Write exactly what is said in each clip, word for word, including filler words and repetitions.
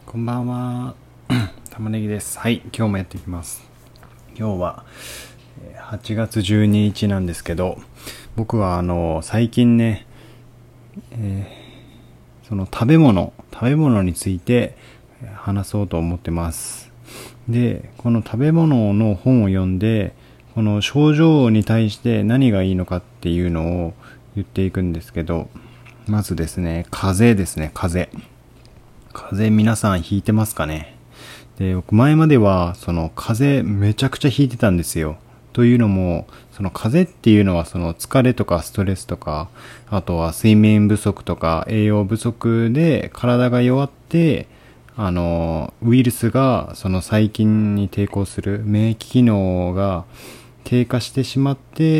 こんばんは。玉ねぎです。はい、今日もやっていきます。今日ははちがつじゅうににちなんですけど、僕はあの最近ね、えー、その食べ物、食べ物について話そうと思ってます。で、この食べ物の本を読んで、この症状に対して何がいいのかっていうのを言っていくんですけど、まずですね、風邪ですね、風邪。風邪皆さんひいてますかね。で、僕前まではその風邪めちゃくちゃひいてたんですよ。というのも、その風邪っていうのはその疲れとかストレスとか、あとは睡眠不足とか栄養不足で体が弱って、あの、ウイルスがその細菌に抵抗する免疫機能が低下してしまって、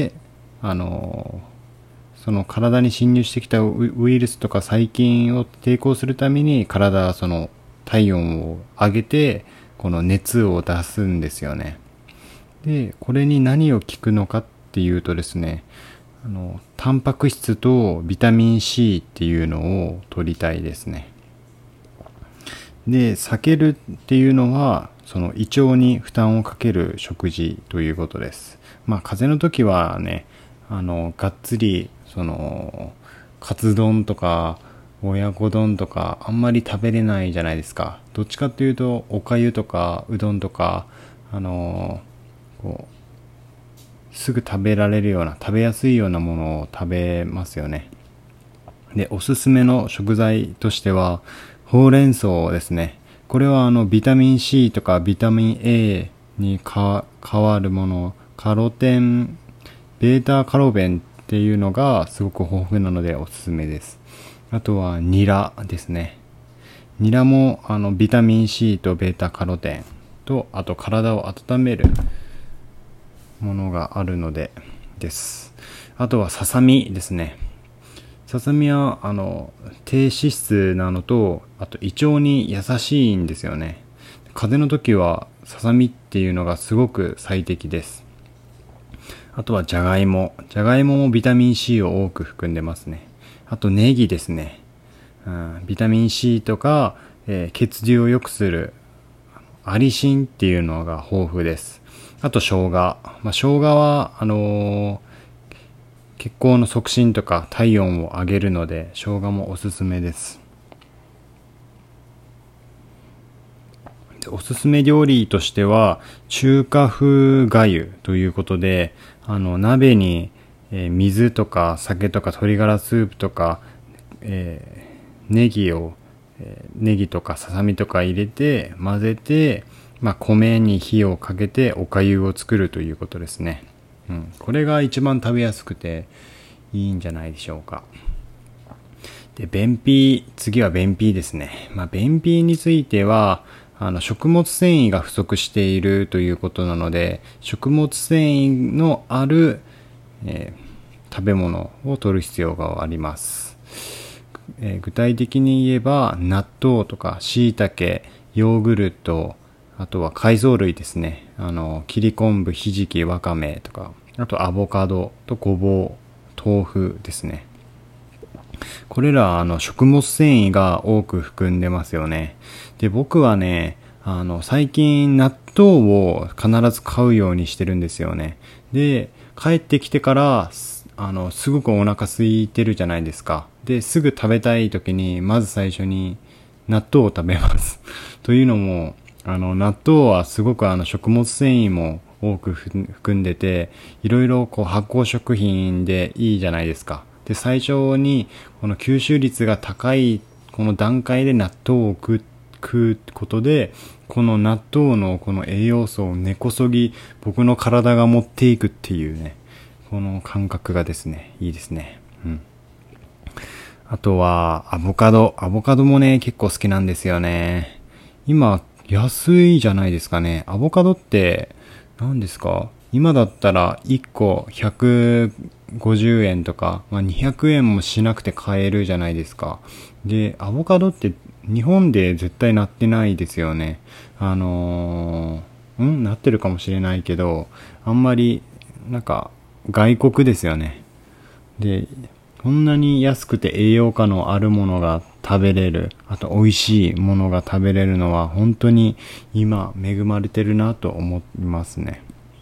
あの、その体に侵入してきたウイルスとか細菌を抵抗するために体はその体温を上げてこの熱を出すんですよね。で、これに何を効くのかっていうとですね、あのタンパク質とビタミン C っていうのを取りたいですね。で、避けるっていうのはその胃腸に負担をかける食事ということです。まあ風邪の時はね、あのがっつりそのカツ丼とか親子丼とかあんまり食べれないじゃないですか。どっちかっていうとおかゆとかうどんとかあのこうすぐ食べられるような食べやすいようなものを食べますよね。で、おすすめの食材としてはほうれん草ですね。これはあのビタミン C とかビタミン A にか変わるもの、カロテン、ベータカロベンっていうのがすごく豊富なのでおすすめです。あとはニラですね。ニラもあのビタミン C とベータカロテンと、あと体を温めるものがあるのでです。あとはささみですね。ささみはあの低脂質なのと、あと胃腸に優しいんですよね。風邪の時はささみっていうのがすごく最適です。あとはじゃがいも。じゃがいももビタミン C を多く含んでますね。あとネギですね。うん、ビタミン C とか、えー、血流を良くするアリシンっていうのが豊富です。あと生姜。まあ、生姜はあのー、血行の促進とか体温を上げるので生姜もおすすめです。で、おすすめ料理としては中華風粥ということで、あの鍋に、えー、水とか酒とか鶏ガラスープとか、えー、ネギを、えー、ネギとかささみとか入れて混ぜて、まあ、米に火をかけてお粥を作るということですね。うん、これが一番食べやすくていいんじゃないでしょうか。で、便秘、次は便秘ですね。まあ、便秘についてはあの食物繊維が不足しているということなので、食物繊維のある、えー、食べ物を摂る必要があります。えー、具体的に言えば納豆とか椎茸、ヨーグルト、あとは海藻類ですね。あの切り昆布、ひじき、わかめとか、あとアボカドとごぼう、豆腐ですね。これらはあの食物繊維が多く含んでますよね。で、僕はね、あの最近納豆を必ず買うようにしてるんですよね。で、帰ってきてからあのすごくお腹空いてるじゃないですか。で、すぐ食べたい時にまず最初に納豆を食べます。というのも、あの納豆はすごくあの食物繊維も多く含んでて、いろいろこう発酵食品でいいじゃないですか。で、最初にこの吸収率が高いこの段階で納豆を食うことで、この納豆のこの栄養素を根こそぎ僕の体が持っていくっていうね、この感覚がですね、いいですね。うん。あとはアボカド。アボカドもね、結構好きなんですよね。今安いじゃないですかね。アボカドって何ですか？今だったらいっこひゃくごじゅうえんとか、まあ、にひゃくえんもしなくて買えるじゃないですか。で、アボカドって日本で絶対なってないですよね。あのー、んなってるかもしれないけど、あんまりなんか外国ですよね。で、こんなに安くて栄養価のあるものが食べれる、あと美味しいものが食べれるのは本当に今恵まれてるなと思いますね。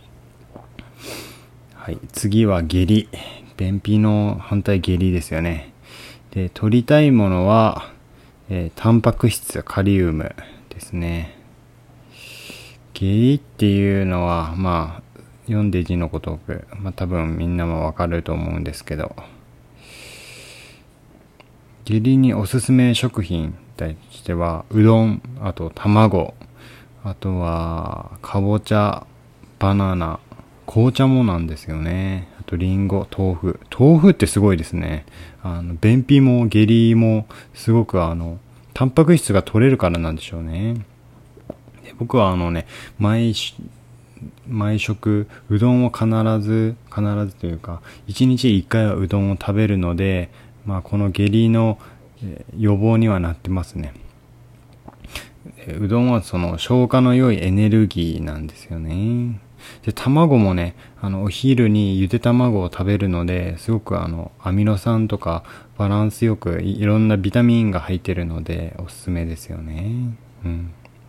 はい、次は下痢。便秘の反対下痢ですよね。で、取りたいものは、えー、タンパク質、カリウムですね。下痢っていうのは、まあ、読んで字のごとく、まあ多分みんなもわかると思うんですけど、下痢におすすめ食品としては、うどん、あと卵、あとは、かぼちゃ、バナナ、紅茶もなんですよね。あとリンゴ、豆腐。豆腐ってすごいですね。あの、便秘も下痢もすごくあの、タンパク質が取れるからなんでしょうね。で僕はあのね、毎毎食うどんを必ず必ずというかいちにちいっかいはうどんを食べるので、まあ、この下痢の予防にはなってますね。うどんはその消化の良いエネルギーなんですよね。で、卵もね、あのお昼にゆで卵を食べるので、すごくあのアミノ酸とかバランスよくいろんなビタミンが入ってるのでおすすめですよね。うん。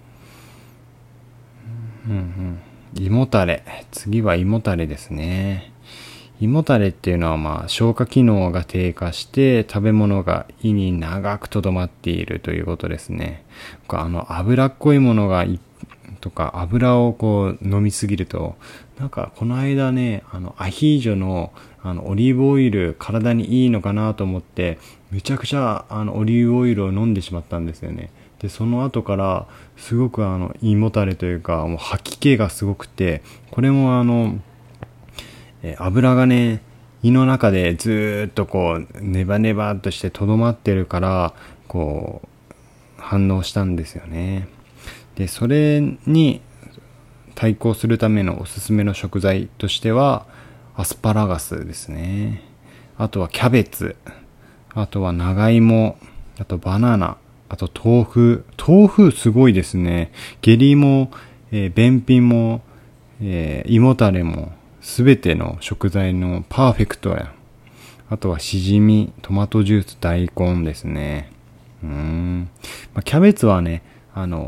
うんうん。胃もたれ。次は胃もたれですね。胃もたれっていうのはまあ消化機能が低下して食べ物が胃に長くとどまっているということですね。あの脂っこいものがとか油をこう飲みすぎると、なんかこの間ね、あのアヒージョのあのオリーブオイル体にいいのかなと思ってめちゃくちゃあのオリーブオイルを飲んでしまったんですよね。でその後からすごくあの胃もたれというかもう吐き気がすごくて、これもあのえ油がね胃の中でずーっとこうネバネバっとしてとどまってるからこう反応したんですよね。でそれに対抗するためのおすすめの食材としてはアスパラガスですね。あとはキャベツ、あとは長芋、あとバナナ、あと豆腐。豆腐すごいですね。下痢も、えー、便秘も、えー、胃もたれもすべての食材のパーフェクトや。あとはしじみ、トマトジュース、大根ですね。うーん、まあ、キャベツはね、あの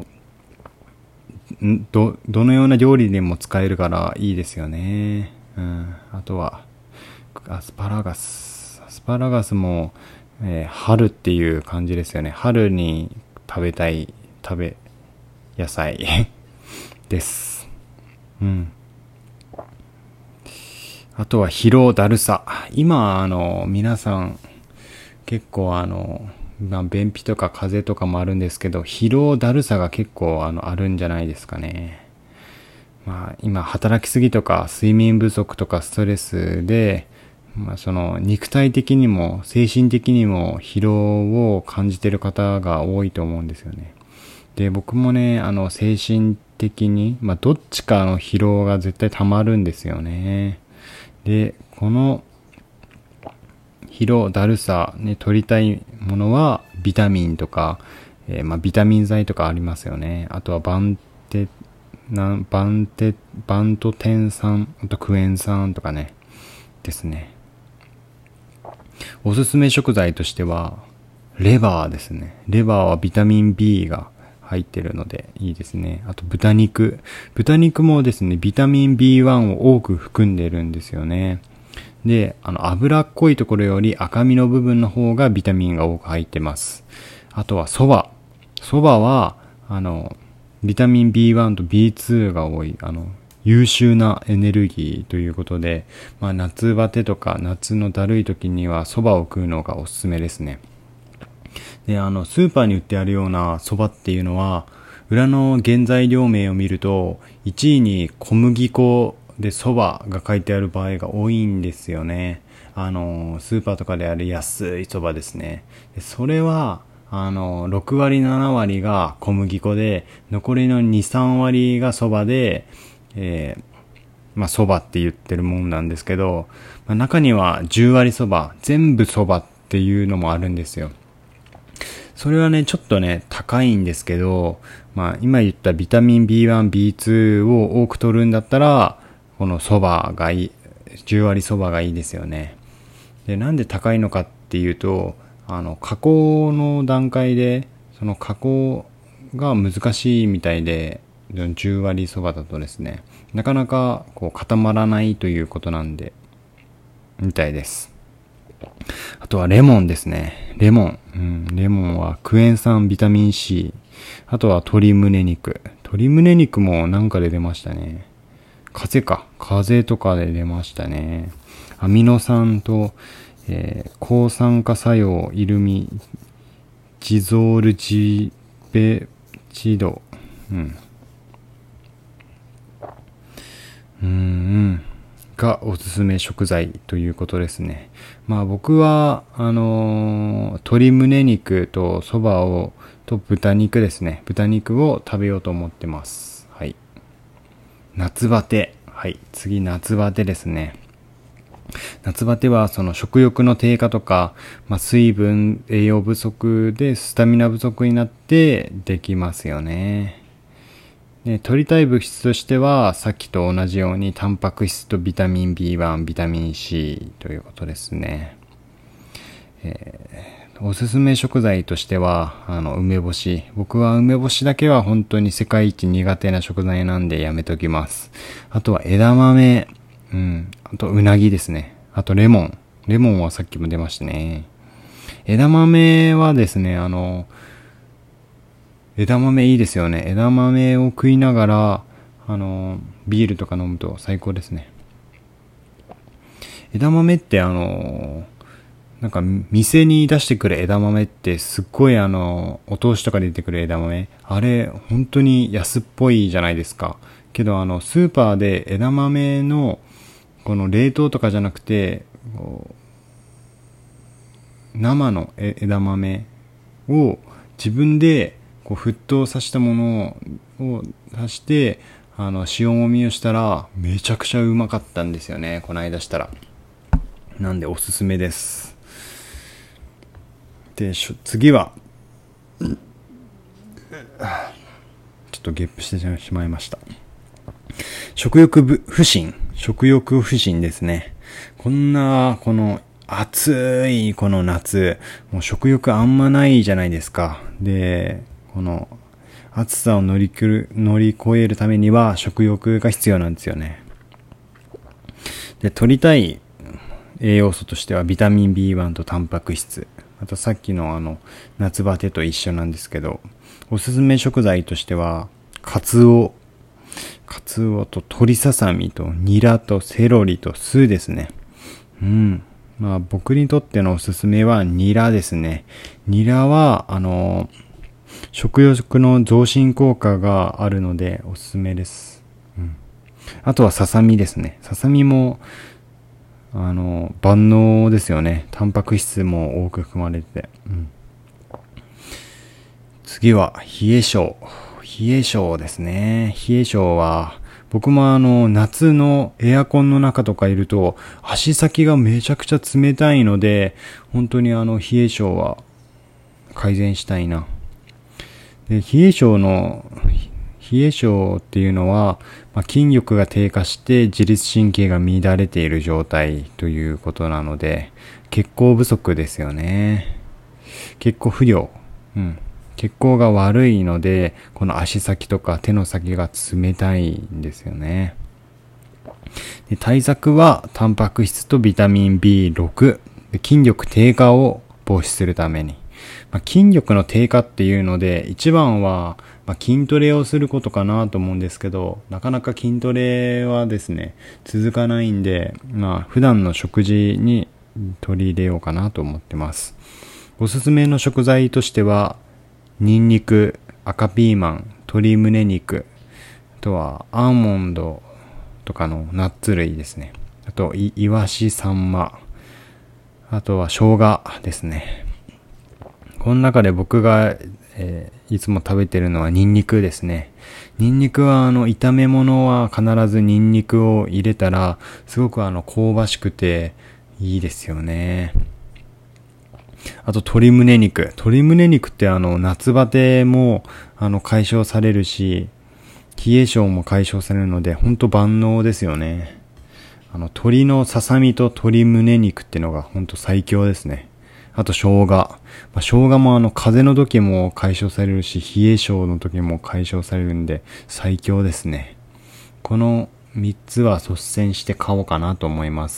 どどのような料理でも使えるからいいですよね。うん、あとはアスパラガス。アスパラガスも、えー、春っていう感じですよね。春に食べたい食べ野菜です。うん。あとは疲労だるさ。今あの皆さん結構あのまあ便秘とか風邪とかもあるんですけど、疲労だるさが結構あのあるんじゃないですかね。まあ今働きすぎとか睡眠不足とかストレスで、まあその肉体的にも精神的にも疲労を感じている方が多いと思うんですよね。で僕もねあの精神的にまあどっちかの疲労が絶対溜まるんですよね。でこの疲労だるさね取りたいものはビタミンとか、えー、まあビタミン剤とかありますよね。あとはバンテなバンテバントテン酸、あとクエン酸とかねですね。おすすめ食材としてはレバーですね。レバーはビタミン B が入ってるのでいいですね。あと豚肉。豚肉もですね、ビタミン ビーワン を多く含んでるんですよね。で、あの脂っこいところより赤身の部分の方がビタミンが多く入ってます。あとは蕎麦。蕎麦はあのビタミン ビーワン と ビーツー が多いあの優秀なエネルギーということで、まあ、夏バテとか夏のだるい時には蕎麦を食うのがおすすめですね。で、あのスーパーに売ってあるような蕎麦っていうのは裏の原材料名を見るといちいに小麦粉で蕎麦が書いてある場合が多いんですよね。あのスーパーとかである安い蕎麦ですね。でそれはあのろくわりななわりが小麦粉で残りの にさんわりが蕎麦で、えー、まあ蕎麦って言ってるもんなんですけど、まあ、中にはじゅうわり蕎麦全部蕎麦っていうのもあるんですよ。それはねちょっとね高いんですけど、まあ今言ったビタミン ビーワン、ビーツー を多く取るんだったらこの蕎麦がいい、じゅうわり蕎麦がいいですよね。でなんで高いのかっていうと、 あの、加工の段階で、その加工が難しいみたいで、じゅう割そばだとですね、なかなかこう固まらないということなんで、みたいです。あとはレモンですね。レモン。うん、レモンはクエン酸、ビタミン C。あとは鶏胸肉。鶏胸肉もなんかで出ましたね。風邪か。風邪とかで出ましたね。アミノ酸と、えー、抗酸化作用、イルミ、ジゾールジベチド。うん。うーん。がおすすめ食材ということですね。まあ僕は、あのー、鶏胸肉とそばを、と豚肉ですね。豚肉を食べようと思ってます。はい。夏バテ。はい。次、夏バテですね。夏バテはその食欲の低下とか、まあ、水分、栄養不足でスタミナ不足になってできますよね。で、取りたい物質としては、さっきと同じようにタンパク質とビタミン ビーワン、ビタミン C ということですね。えー、おすすめ食材としては、あの、梅干し。僕は梅干しだけは本当に世界一苦手な食材なんでやめときます。あとは枝豆。うん。あと、うなぎですね。あと、レモン。レモンはさっきも出ましたね。枝豆はですね、あの、枝豆いいですよね。枝豆を食いながら、あの、ビールとか飲むと最高ですね。枝豆ってあの、なんか店に出してくる枝豆ってすっごいあの、お通しとかで出てくる枝豆。あれ、本当に安っぽいじゃないですか。けどあの、スーパーで枝豆の、この冷凍とかじゃなくて、生の枝豆を自分でこう沸騰させたものを足して、あの、塩もみをしたら、めちゃくちゃうまかったんですよね。この間したら。なんでおすすめです。で、次は、ちょっとゲップしてしまいました。食欲不振。食欲不振ですね。こんな、この、暑いこの夏、もう食欲あんまないじゃないですか。で、この暑さを乗りくる、乗り越えるためには食欲が必要なんですよね。で、取りたい栄養素としてはビタミン ビーワン とタンパク質。あとさっきのあの夏バテと一緒なんですけど、おすすめ食材としてはカツオ、カツオと鶏ささみとニラとセロリと酢ですね。うん。まあ僕にとってのおすすめはニラですね。ニラは、あの、食欲の増進効果があるのでおすすめです。うん。あとはささみですね。ささみも、あの、万能ですよね。タンパク質も多く含まれてて。うん。次は、冷え性。冷え性ですね。冷え性は、僕もあの、夏のエアコンの中とかいると、足先がめちゃくちゃ冷たいので、本当にあの、冷え性は改善したいな。で、冷え性の、冷え性っていうのは、まあ、筋力が低下して自律神経が乱れている状態ということなので、血行不足ですよね。血行不良。うん。血行が悪いので、この足先とか手の先が冷たいんですよね。で、対策は、タンパク質とビタミン ビーシックス。で、筋力低下を防止するために。まあ、筋力の低下っていうので、一番は、まあ、筋トレをすることかなと思うんですけど、なかなか筋トレはですね、続かないんで、まあ、普段の食事に取り入れようかなと思ってます。おすすめの食材としては、ニンニク、赤ピーマン、鶏胸肉、あとはアーモンドとかのナッツ類ですね。あと、い、イワシ、サンマ、あとは生姜ですね。この中で僕が、えー、いつも食べてるのはニンニクですね。ニンニクはあの炒め物は必ずニンニクを入れたらすごくあの香ばしくていいですよね。あと鶏胸肉。鶏胸肉ってあの夏バテもあの解消されるし、冷え性も解消されるので本当万能ですよね。あの鶏のささみと鶏胸肉ってのが本当最強ですね。 あと生姜。まあ、生姜もあの風邪の時も解消されるし、冷え性の時も解消されるんで最強ですね。このみっつは率先して買おうかなと思います。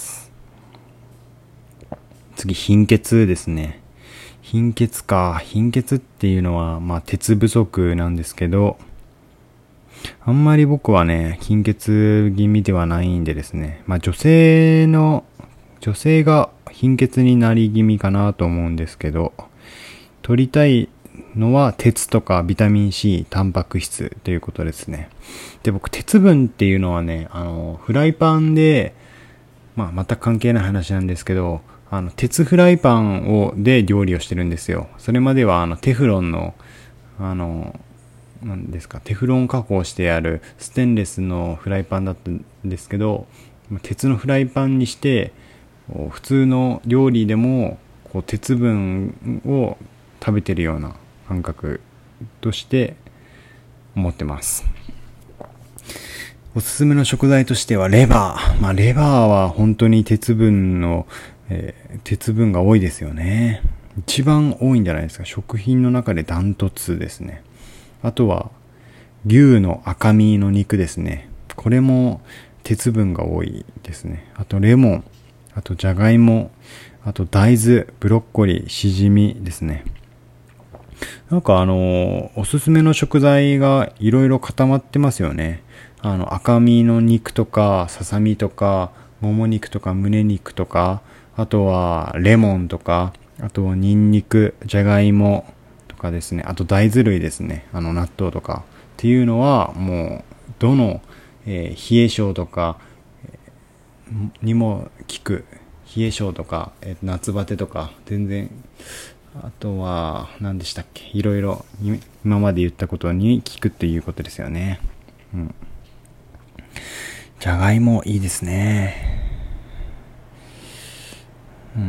次、貧血ですね。貧血か。貧血っていうのは、まあ鉄不足なんですけど、あんまり僕はね、貧血気味ではないんでですね。まあ女性の、女性が貧血になり気味かなと思うんですけど、取りたいのは鉄とかビタミン C、タンパク質ということですね。で、僕鉄分っていうのはね、あの、フライパンで、まあまた関係ない話なんですけど、あの、鉄フライパンを、で料理をしてるんですよ。それまではあの、テフロンの、あの、なんですか、テフロン加工してあるステンレスのフライパンだったんですけど、鉄のフライパンにして、普通の料理でも、こう、鉄分を食べてるような感覚として思ってます。おすすめの食材としてはレバー。まあ、レバーは本当に鉄分の、えー、鉄分が多いですよね。一番多いんじゃないですか。食品の中でダントツですね。あとは牛の赤身の肉ですね。これも鉄分が多いですね。あとレモン、あとじゃがいも、あと大豆、ブロッコリー、しじみですね。なんかあのー、おすすめの食材がいろいろ固まってますよね。あの赤身の肉とかささみとかもも肉とか胸肉とか、あとはレモンとか、あとニンニク、じゃがいもとかですね。あと大豆類ですね。あの納豆とかっていうのはもうどの、えー、冷え性とかにも効く。冷え性とか、えー、夏バテとか全然。あとは何でしたっけ。いろいろ今まで言ったことに効くっていうことですよね。うん。じゃがいもいいですね。うん。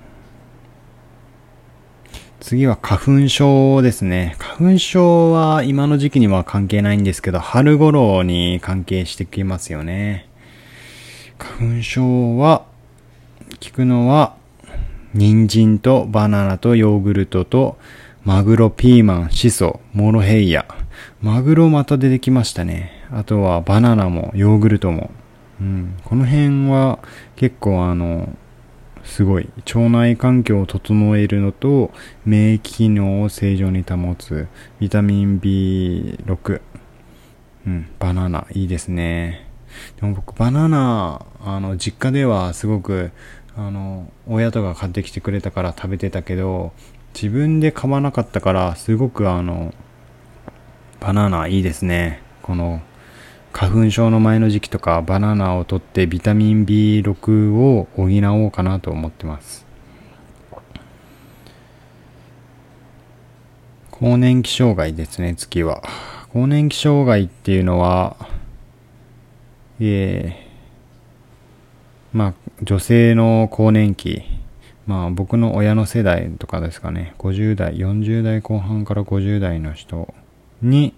次は花粉症ですね。花粉症は今の時期には関係ないんですけど、春頃に関係してきますよね。花粉症は、効くのは、人参とバナナとヨーグルトと、マグロ、ピーマン、シソ、モロヘイヤ。マグロまた出てきましたね。あとはバナナもヨーグルトも。うん、この辺は結構あの、すごい腸内環境を整えるのと免疫機能を正常に保つビタミン ビーろく、うん、バナナいいですね。でも僕バナナあの実家ではすごくあの親とか買ってきてくれたから食べてたけど、自分で買わなかったからすごくあのバナナいいですね。この花粉症の前の時期とかバナナを取ってビタミン ビーろく を補おうかなと思ってます。更年期障害ですね。次は更年期障害っていうのは、えー、まあ女性の更年期、まあ僕の親の世代とかですかね。ごじゅう代、よんじゅう代後半からごじゅう代の人に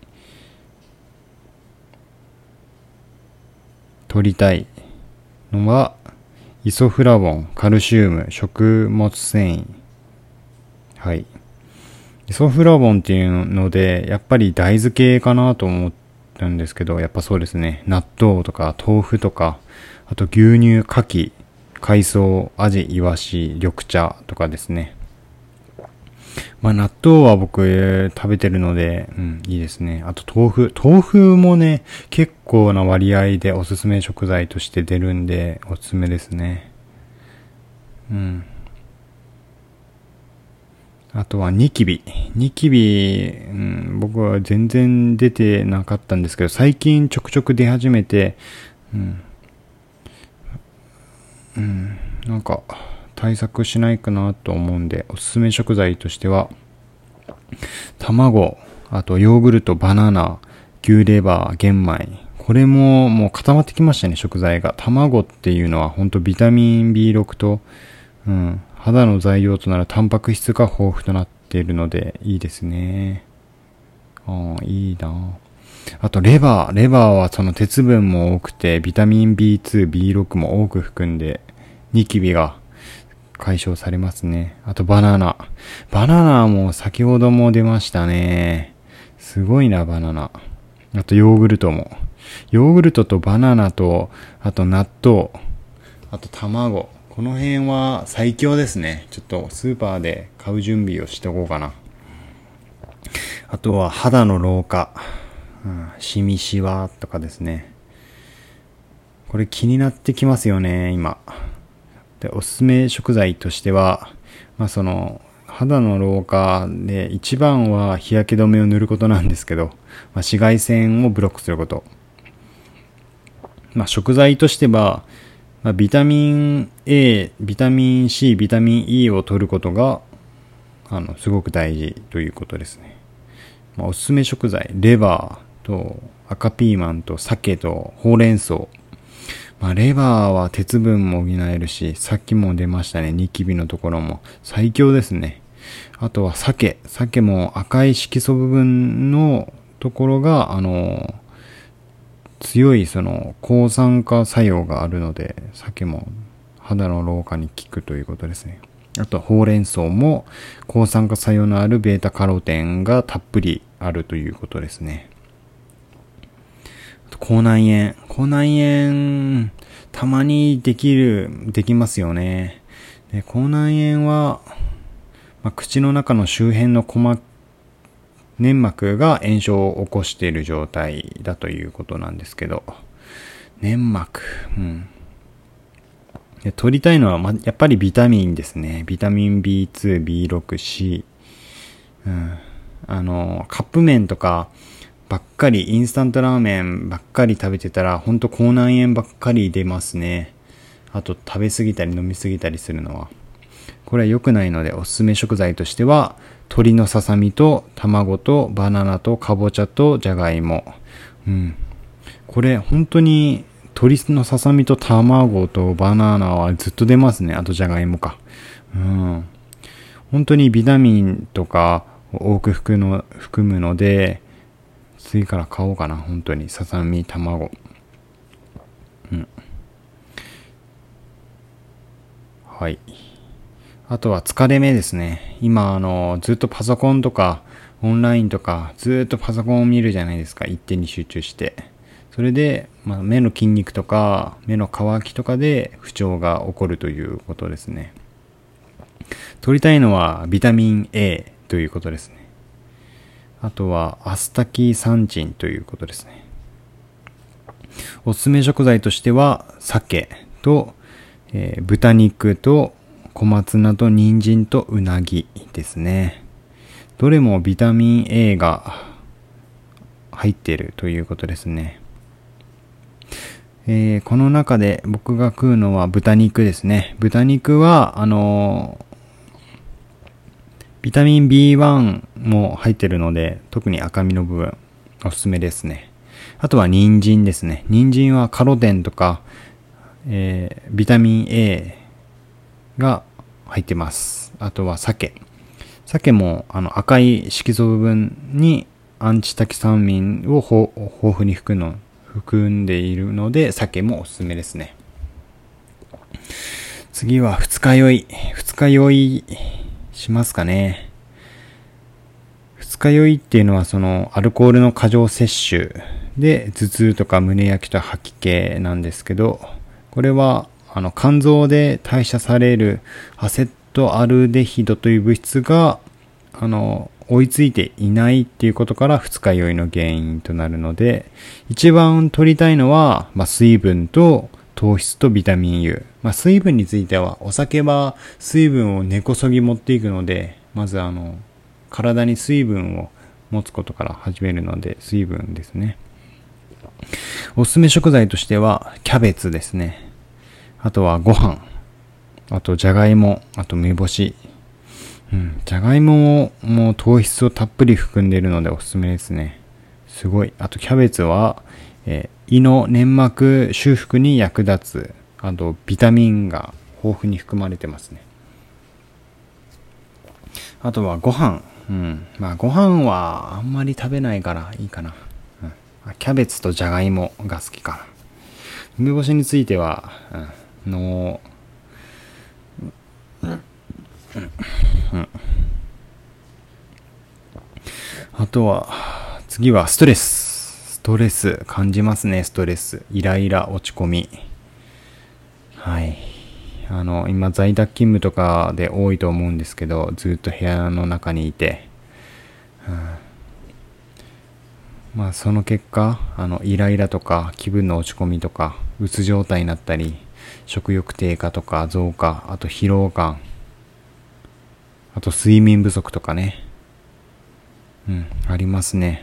取りたいのはイソフラボン、カルシウム、食物繊維。はい。イソフラボンっていうのでやっぱり大豆系かなと思ったんですけど、やっぱそうですね。納豆とか豆腐とか、あと牛乳、牡蠣、海藻、アジ、イワシ、緑茶とかですね。まあ納豆は僕、えー、食べてるので、うん、いいですね。あと豆腐。豆腐もね、結構な割合でおすすめ食材として出るんで、おすすめですね。うん。あとはニキビ。ニキビ、うん、僕は全然出てなかったんですけど、最近ちょくちょく出始めて、うん。うん、なんか、対策しないかなと思うんで、おすすめ食材としては卵、あとヨーグルト、バナナ、牛レバー、玄米。これももう固まってきましたね、食材が。卵っていうのは本当ビタミン ビーろく と、うん、肌の材料となるタンパク質が豊富となっているのでいいですね。ああ、いいな。あとレバー、レバーはその鉄分も多くてビタミン ビーツー、ビーろく も多く含んでニキビが解消されますね。あとバナナ。バナナも先ほども出ましたね。すごいな、バナナ。あとヨーグルトも。ヨーグルトとバナナと、あと納豆、あと卵。この辺は最強ですね。ちょっとスーパーで買う準備をしておこうかな。あとは肌の老化。うん、シミシワとかですね。これ気になってきますよね、今。で、おすすめ食材としては、まあその、肌の老化で一番は日焼け止めを塗ることなんですけど、まあ、紫外線をブロックすること。まあ食材としては、まあ、ビタミン A、ビタミン C、ビタミン E を取ることが、あの、すごく大事ということですね。まあ、おすすめ食材、レバーと赤ピーマンと鮭とほうれん草。まあ、レバーは鉄分も補えるし、さっきも出ましたね。ニキビのところも最強ですね。あとは鮭。鮭も赤い色素部分のところが、あの、強いその抗酸化作用があるので、鮭も肌の老化に効くということですね。あとはほうれん草も抗酸化作用のあるベータカロテンがたっぷりあるということですね。口内炎。口内炎、たまにできる、できますよね。で、口内炎は、まあ、口の中の周辺の鼓膜、粘膜が炎症を起こしている状態だということなんですけど、粘膜、うん。で、取りたいのは、ま、やっぱりビタミンですね。ビタミン ビーツー、ビーシックス、C。うん。あの、カップ麺とか、ばっかり、インスタントラーメンばっかり食べてたら、ほんと口内炎ばっかり出ますね。あと、食べ過ぎたり飲み過ぎたりするのは。これは良くないので、おすすめ食材としては、鶏のささみと卵とバナナとかぼちゃとじゃがいも。うん。これ、本当に、鶏のささみと卵とバナナはずっと出ますね。あとじゃがいもか。うん。本当にビタミンとか多く含むの、含むので、次から買おうかな。本当に。ささみ、卵。うん。はい。あとは疲れ目ですね。今、あの、ずっとパソコンとか、オンラインとか、ずっとパソコンを見るじゃないですか。一点に集中して。それで、まあ、目の筋肉とか、目の乾きとかで不調が起こるということですね。取りたいのはビタミン A ということですね。あとはアスタキサンチンということですね。おすすめ食材としては、鮭と、えー、豚肉と小松菜と人参とうなぎですね。どれもビタミン A が入っているということですね。えー、この中で僕が食うのは豚肉ですね。豚肉は、あのー、ビタミン ビーワン も入ってるので、特に赤身の部分、おすすめですね。あとは人参ですね。人参はカロテンとか、えー、ビタミン A が入ってます。あとは鮭。鮭もあの赤い色素部分にアンチタキサンミンを豊富に含むの含んでいるので、鮭もおすすめですね。次は二日酔い。二日酔いしますかね。二日酔いっていうのはそのアルコールの過剰摂取で頭痛とか胸焼きと吐き気なんですけど、これはあの肝臓で代謝されるアセトアルデヒドという物質があの追いついていないっていうことから二日酔いの原因となるので、一番取りたいのは、まあ、水分と糖質とビタミン U。まあ、水分については、お酒は水分を根こそぎ持っていくので、まずあの体に水分を持つことから始めるので、水分ですね。おすすめ食材としてはキャベツですね。あとはご飯、あとじゃがいも、あと梅干し。うん、じゃがいもももう糖質をたっぷり含んでいるのでおすすめですね。すごい。あとキャベツは、えー、胃の粘膜修復に役立つ、あとビタミンが豊富に含まれてますね。あとはご飯。うん、まあご飯はあんまり食べないからいいかな。うん、キャベツとじゃがいもが好きかな。梅干しについては、うん、のうん、あとは次はストレスストレス感じますね。ストレス、イライラ、落ち込み。はい、あの今在宅勤務とかで多いと思うんですけど、ずっと部屋の中にいて、うん、まあその結果、あのイライラとか気分の落ち込みとか、うつ状態になったり、食欲低下とか増加、あと疲労感、あと睡眠不足とかね、うん、ありますね。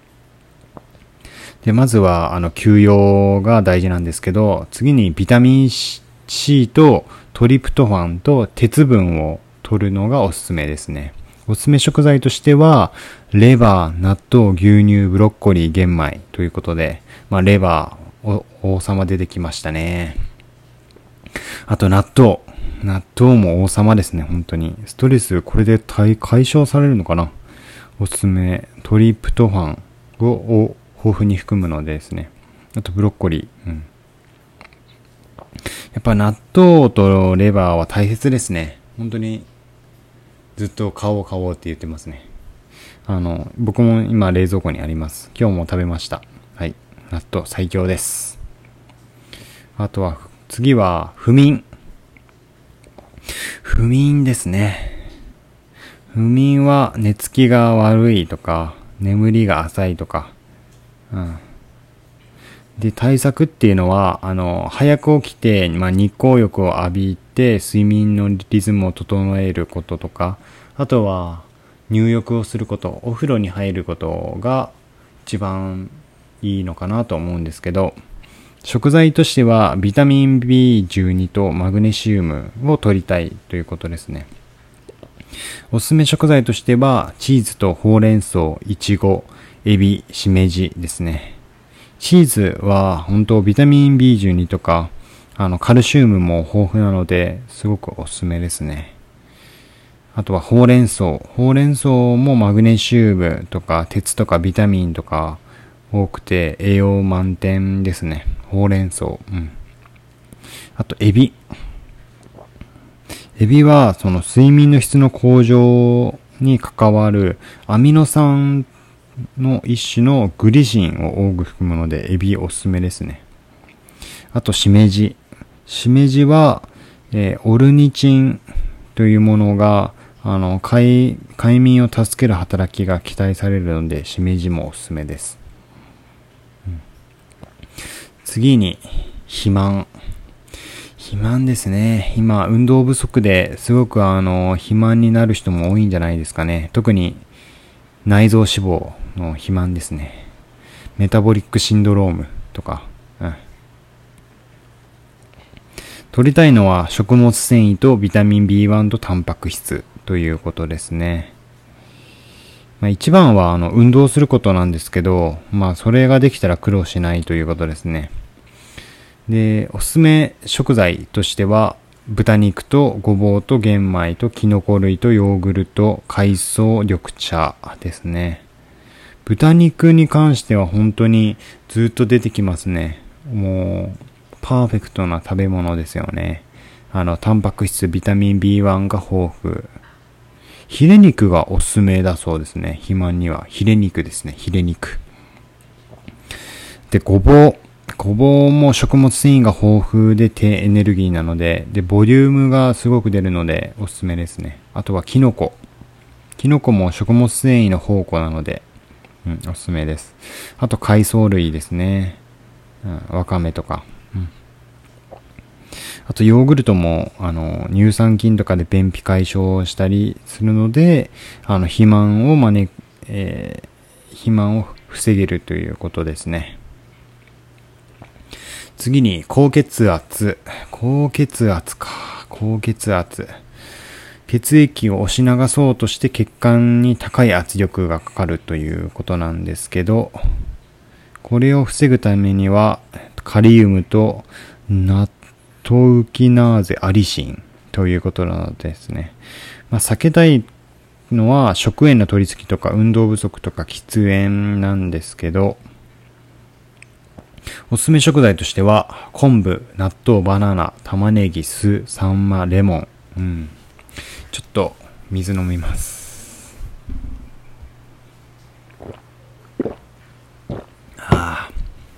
で、まずはあの休養が大事なんですけど、次にビタミン C とトリプトファンと鉄分を取るのがおすすめですね。おすすめ食材としては、レバー、納豆、牛乳、ブロッコリー、玄米ということで、まあレバー、王様出てきましたね。あと納豆。納豆も王様ですね、本当に。ストレス、これで解消されるのかな。おすすめ、トリプトファンを豊富に含むのでですね。あとブロッコリー。うん、やっぱ納豆とレバーは大切ですね。本当にずっと買おう買おうって言ってますね。あの、僕も今冷蔵庫にあります。今日も食べました。はい。納豆最強です。あとは、次は、不眠。不眠ですね。不眠は寝つきが悪いとか、眠りが浅いとか。うん。で、対策っていうのは、あの、早く起きて、まあ、日光浴を浴びて、睡眠のリズムを整えることとか、あとは、入浴をすること、お風呂に入ることが一番いいのかなと思うんですけど、食材としては、ビタミン ビーじゅうに とマグネシウムを取りたいということですね。おすすめ食材としては、チーズとほうれん草、いちご、エビ、しめじですね。チーズは本当ビタミン ビーじゅうに とか、あのカルシウムも豊富なので、すごくおすすめですね。あとはほうれん草。ほうれん草もマグネシウムとか鉄とかビタミンとか多くて栄養満点ですね。ほうれん草。うん。あとエビ。エビはその睡眠の質の向上に関わるアミノ酸の一種のグリシンを多く含むので、エビおすすめですね。あとしめじ。しめじは、えー、オルニチンというものがあの 快, 快眠を助ける働きが期待されるので、しめじもおすすめです。うん、次に肥満。肥満ですね。今運動不足ですごくあの肥満になる人も多いんじゃないですかね。特に内臓脂肪の肥満ですね。メタボリックシンドロームとか、うん、取りたいのは食物繊維とビタミン ビーワン とタンパク質ということですね。まあ、一番はあの運動することなんですけど、まあそれができたら苦労しないということですね。で、おすすめ食材としては、豚肉とごぼうと玄米とキノコ類とヨーグルト、海藻、緑茶ですね。豚肉に関しては本当にずっと出てきますね。もうパーフェクトな食べ物ですよね。あのタンパク質、ビタミン ビーワン が豊富。ヒレ肉がおすすめだそうですね。肥満にはヒレ肉ですね。ヒレ肉。で、ごぼう。ごぼうも食物繊維が豊富で低エネルギーなので、で、ボリュームがすごく出るのでおすすめですね。あとはキノコ。キノコも食物繊維の宝庫なので、うん、おすすめです。あと海藻類ですね。うん、わかめとか。うん、あとヨーグルトもあの乳酸菌とかで便秘解消したりするので、あの肥満を招く、えー、肥満を防げるということですね。次に高血圧。高血圧か。高血圧。血液を押し流そうとして血管に高い圧力がかかるということなんですけど、これを防ぐためにはカリウムとナトウキナーゼアリシンということなのですね。まあ、避けたいのは食塩の取り付きとか運動不足とか喫煙なんですけど、おすすめ食材としては昆布、納豆、バナナ、玉ねぎ、酢、サンマ、レモン、うん、 ちょっと水飲みます。ああ、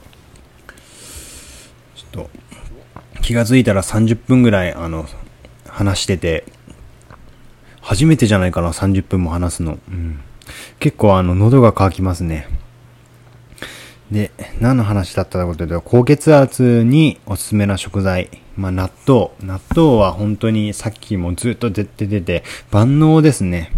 ちょっと気がついたらさんじゅっぷんぐらいあの話してて、初めてじゃないかな、さんじゅっぷんも話すの。うん、結構あの喉が渇きますね。で、何の話だったかというと、高血圧におすすめな食材。まあ、納豆。納豆は本当にさっきもずっと出ててて、万能ですね。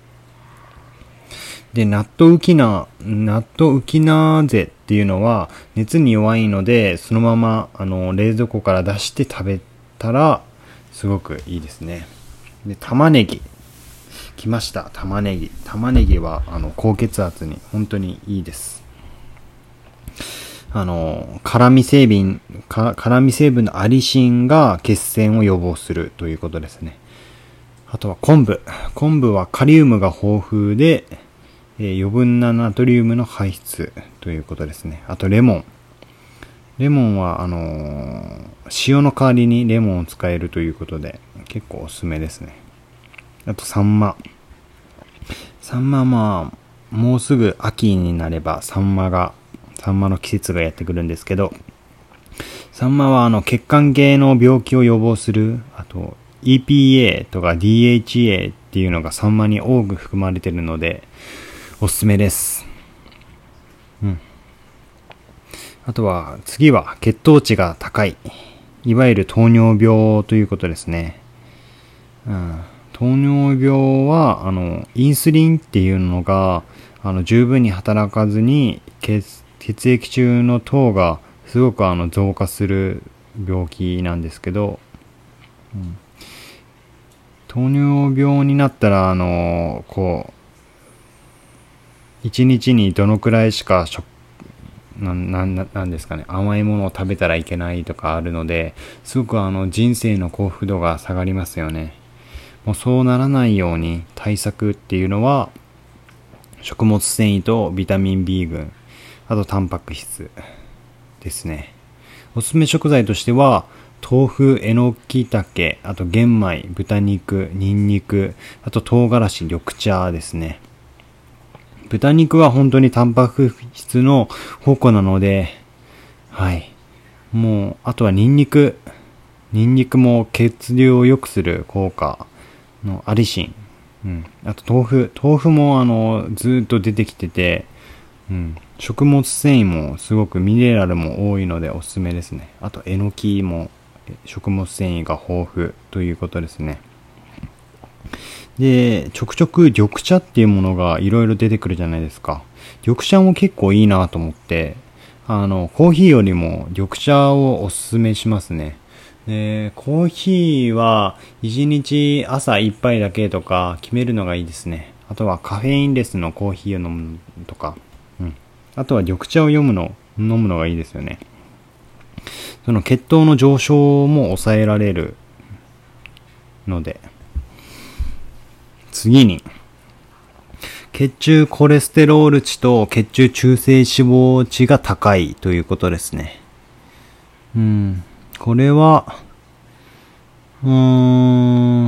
で、納豆ウキナ、納豆ウキナーゼっていうのは、熱に弱いので、そのまま、あの、冷蔵庫から出して食べたら、すごくいいですね。で、玉ねぎ。来ました。玉ねぎ。玉ねぎは、あの、高血圧に本当にいいです。あの、辛味成分、辛味成分のアリシンが血栓を予防するということですね。あとは昆布。昆布はカリウムが豊富で、えー、余分なナトリウムの排出ということですね。あとレモン。レモンは、あのー、塩の代わりにレモンを使えるということで、結構おすすめですね。あとサンマ。サンマまあ、もうすぐ秋になればサンマが、サンマの季節がやってくるんですけど、サンマはあの血管系の病気を予防する、あと イーピーエー とか ディーエイチエー っていうのがサンマに多く含まれているのでおすすめです。うん。あとは次は血糖値が高い、いわゆる糖尿病ということですね。うん、糖尿病はあのインスリンっていうのがあの十分に働かずに血血液中の糖がすごくあの増加する病気なんですけど、うん、糖尿病になったらあのこう一日にどのくらいしか食なななんですかね、甘いものを食べたらいけないとかあるので、すごくあの人生の幸福度が下がりますよね。もうそうならないように対策っていうのは食物繊維とビタミン B 群、あとタンパク質ですね。おすすめ食材としては豆腐、えのき茸、あと玄米、豚肉、ニンニク、あと唐辛子、緑茶ですね。豚肉は本当にタンパク質の宝庫なので、はい。もう、あとはニンニク。ニンニクも血流を良くする効果のアリシン。うん。あと豆腐。豆腐もあの、ずっと出てきてて、うん。食物繊維もすごくミネラルも多いのでおすすめですね。あと、えのきも食物繊維が豊富ということですね。で、ちょくちょく緑茶っていうものがいろいろ出てくるじゃないですか。緑茶も結構いいなと思って、あの、コーヒーよりも緑茶をおすすめしますね。で、コーヒーはいちにち朝いっぱいだけとか決めるのがいいですね。あとはカフェインレスのコーヒーを飲むとか、うん。あとは緑茶を読むの、飲むのがいいですよね。その血糖の上昇も抑えられるので、次に、血中コレステロール値と血中中性脂肪値が高いということですね。うん。これは、うーん、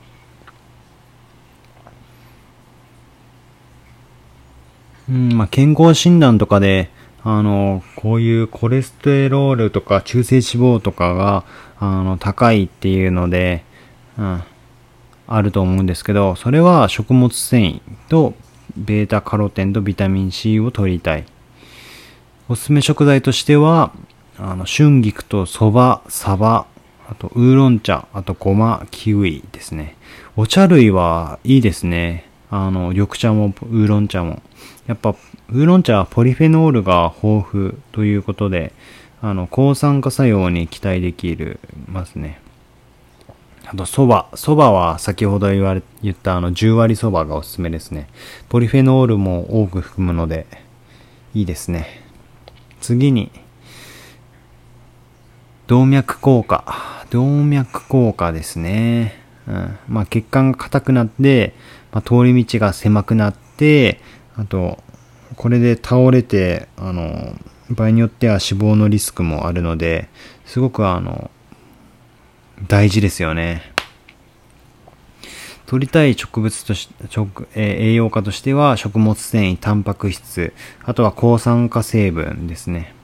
うん、まあ、健康診断とかで、あの、こういうコレステロールとか中性脂肪とかが、あの、高いっていうので、うん、あると思うんですけど、それは食物繊維とベータカロテンとビタミン C を取りたい。おすすめ食材としては、あの春菊とそば、サバ、あとウーロン茶、あとごま、キウイですね。お茶類はいいですね。あの緑茶もウーロン茶も。やっぱウーロン茶はポリフェノールが豊富ということで、あの抗酸化作用に期待できるますね。あと、蕎麦。蕎麦は先ほど言われ、言ったあの、じゅう割蕎麦がおすすめですね。ポリフェノールも多く含むので、いいですね。次に、動脈硬化。動脈硬化ですね。うん。まあ、血管が硬くなって、まあ、通り道が狭くなって、あと、これで倒れて、あの、場合によっては死亡のリスクもあるので、すごくあの、大事ですよね。 取りたい植物とし、食えー栄養価としては、食物繊維、タンパク質、あとは抗酸化成分ですね。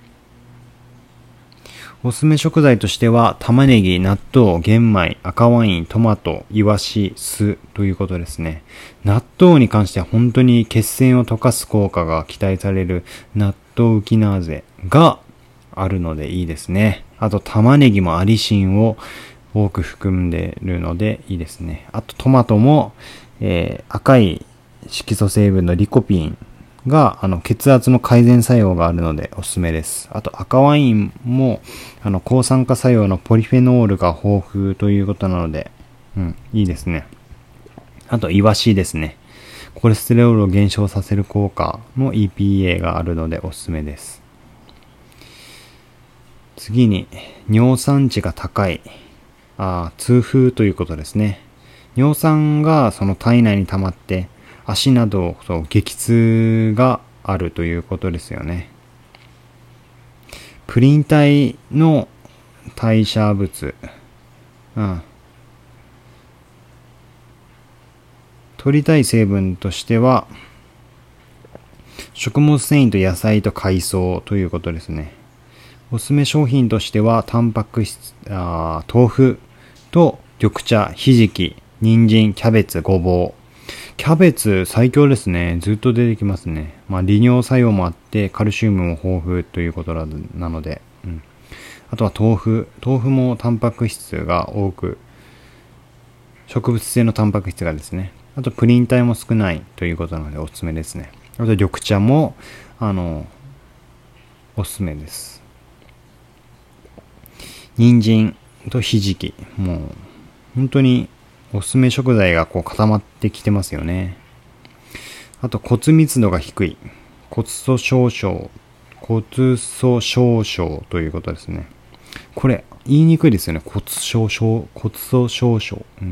おすすめ食材としては、玉ねぎ、納豆、玄米、赤ワイン、トマト、イワシ、酢ということですね。納豆に関しては本当に血栓を溶かす効果が期待される納豆ウキナーゼがあるのでいいですね。あと玉ねぎもアリシンを多く含んでいるのでいいですね。あとトマトも、えー、赤い色素成分のリコピンがあの血圧の改善作用があるのでおすすめです。あと赤ワインもあの抗酸化作用のポリフェノールが豊富ということなので、うん、いいですね。あとイワシですね。コレステロールを減少させる効果の イーピーエー があるのでおすすめです。次に尿酸値が高い、あ痛風ということですね。尿酸がその体内に溜まって足などそう激痛があるということですよね。プリン体の代謝物、うん、取りたい成分としては食物繊維と野菜と海藻ということですね。おすすめ商品としてはタンパク質、あ豆腐と緑茶、ひじき、人参、キャベツ、ごぼう。キャベツ最強ですね。ずっと出てきますね。まあ利尿作用もあってカルシウムも豊富ということなので、うん、あとは豆腐。豆腐もタンパク質が多く、植物性のタンパク質がですね。あとプリン体も少ないということなのでおすすめですね。あと緑茶もあのおすすめです。人参とひじき、もう本当におすすめ食材がこう固まってきてますよね。あと骨密度が低い、骨粗鬆症、骨粗鬆症ということですね。これ言いにくいですよね。骨粗鬆骨粗鬆症、うん。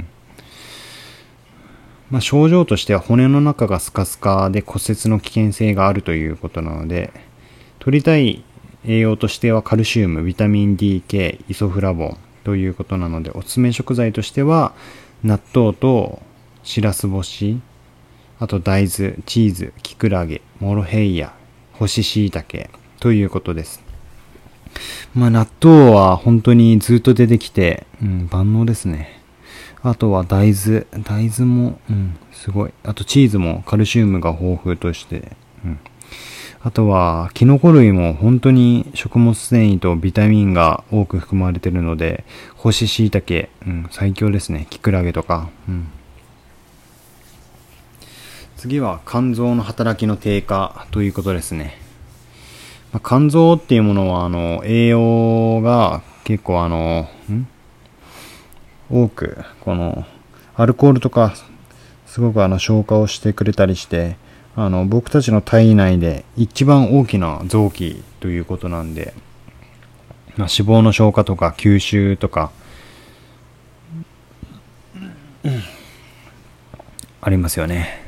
まあ症状としては骨の中がスカスカで骨折の危険性があるということなので、取りたい栄養としてはカルシウム、ビタミン ディーケー、イソフラボンということなので、おすすめ食材としては納豆としらす干し、あと大豆、チーズ、キクラゲ、モロヘイヤ、干し椎茸ということです。まあ納豆は本当にずっと出てきて、うん、万能ですね。あとは大豆、大豆も、うん、すごい。あとチーズもカルシウムが豊富として、うん、あとはキノコ類も本当に食物繊維とビタミンが多く含まれているので、干し椎茸、うん、最強ですね。キクラゲとか、うん、次は肝臓の働きの低下ということですね。まあ、肝臓っていうものはあの栄養が結構あのん多くこのアルコールとかすごくあの消化をしてくれたりして、あの僕たちの体内で一番大きな臓器ということなんで、まあ、脂肪の消化とか吸収とか、うん、ありますよね。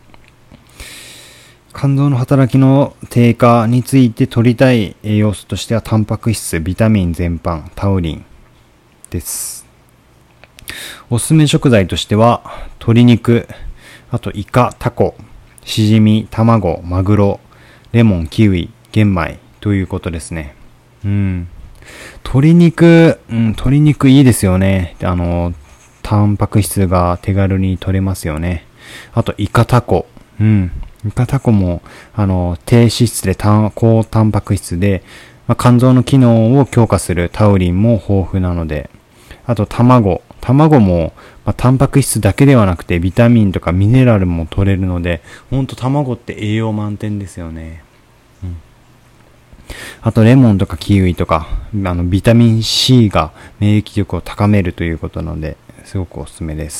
肝臓の働きの低下について取りたい栄養素としてはタンパク質、ビタミン全般、タウリンです。おすすめ食材としては鶏肉、あとイカ、タコ、シジミ、卵、マグロ、レモン、キウイ、玄米ということですね。うん。鶏肉、うん、鶏肉いいですよね。あの、タンパク質が手軽に取れますよね。あとイカ、タコ、うん。イカタコもあの低脂質で高タンパク質で、まあ、肝臓の機能を強化するタウリンも豊富なので、あと卵卵も、まあ、タンパク質だけではなくてビタミンとかミネラルも取れるので、ほんと卵って栄養満点ですよね。うん、あとレモンとかキウイとかあのビタミン C が免疫力を高めるということなので、すごくおすすめです。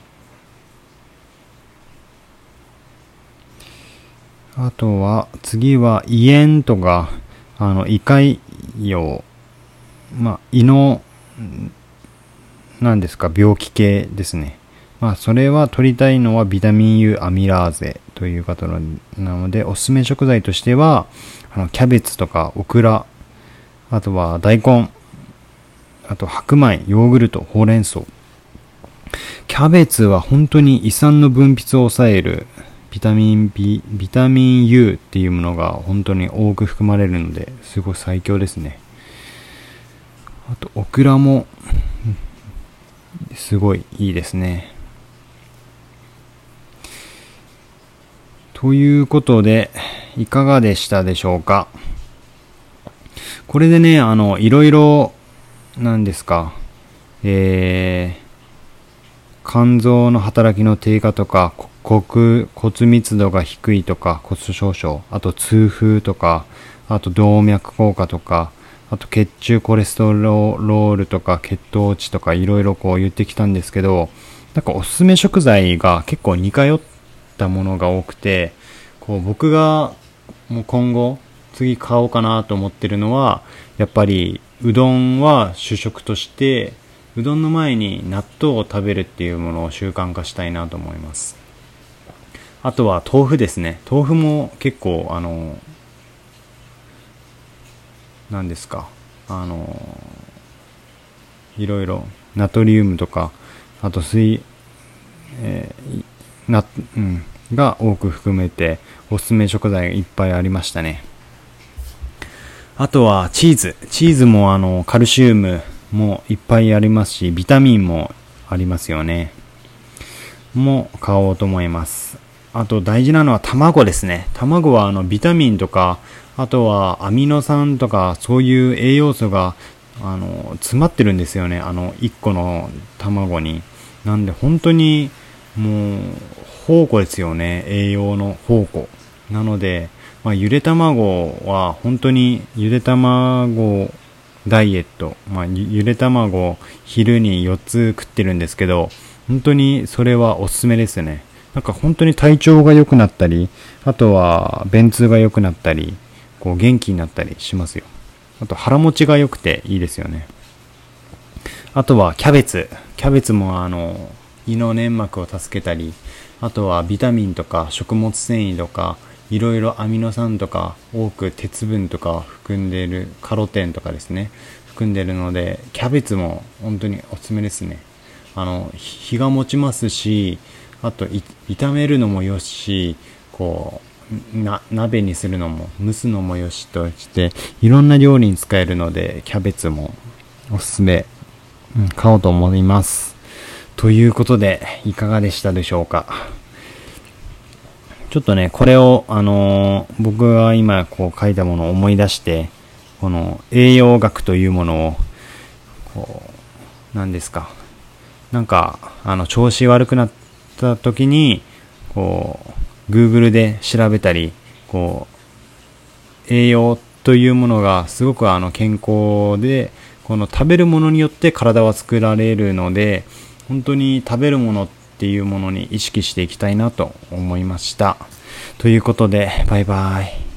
あとは次は胃炎とかあの胃潰瘍、まあ胃の何ですか病気系ですね。まあそれは取りたいのはビタミン ユー アミラーゼという方なので、おすすめ食材としてはあのキャベツとかオクラ、あとは大根、あと白米、ヨーグルト、ほうれん草キャベツは本当に胃酸の分泌を抑えるビタミン B、ビタミン U っていうものが本当に多く含まれるので、すごい最強ですね。あとオクラもすごいいいですね。ということで、いかがでしたでしょうか。これでね、あの、いろいろ、なんですか、えー、肝臓の働きの低下とか、骨、骨密度が低いとか、骨粗しょう症、あと痛風とか、あと動脈硬化とか、あと血中コレステロールとか血糖値とかいろいろこう言ってきたんですけど、なんかおすすめ食材が結構似通ったものが多くて、こう僕がもう今後次買おうかなと思ってるのは、やっぱりうどんは主食として、うどんの前に納豆を食べるっていうものを習慣化したいなと思います。あとは豆腐ですね。豆腐も結構あの何ですか、あのいろいろナトリウムとか、あと水、えー、な、うん、が多く含めておすすめ食材がいっぱいありましたね。あとはチーズ。チーズもあのカルシウムもいっぱいありますし、ビタミンもありますよね。も買おうと思います。あと大事なのは卵ですね。卵はあのビタミンとか、あとはアミノ酸とかそういう栄養素があの詰まってるんですよね。あのいっこの卵に。なんで本当にもう宝庫ですよね。栄養の宝庫。なので、まあ、ゆで卵は本当にゆで卵ダイエット、まあ、ゆで卵を昼によっつ食ってるんですけど、本当にそれはおすすめですね。なんか本当に体調が良くなったり、あとは便通が良くなったり、こう元気になったりしますよ。あと腹持ちが良くていいですよね。あとはキャベツ。キャベツもあの胃の粘膜を助けたり、あとはビタミンとか食物繊維とか、いろいろアミノ酸とか多く鉄分とか含んでいる、カロテンとかですね、含んでいるので、キャベツも本当におすすめですね。あの日が持ちますし、あと炒めるのもよし、こうな鍋にするのも蒸すのもよしとしていろんな料理に使えるので、キャベツもおすすめ、うん、買おうと思います。ということでいかがでしたでしょうか。ちょっとね、これをあのー、僕が今こう書いたものを思い出して、この栄養学というものをこう何ですか、なんかあの調子悪くなった時にこう Google で調べたり、こう栄養というものがすごくあの健康で、この食べるものによって体は作られるので、本当に食べるものっていうものに意識していきたいなと思いました。ということでバイバイ。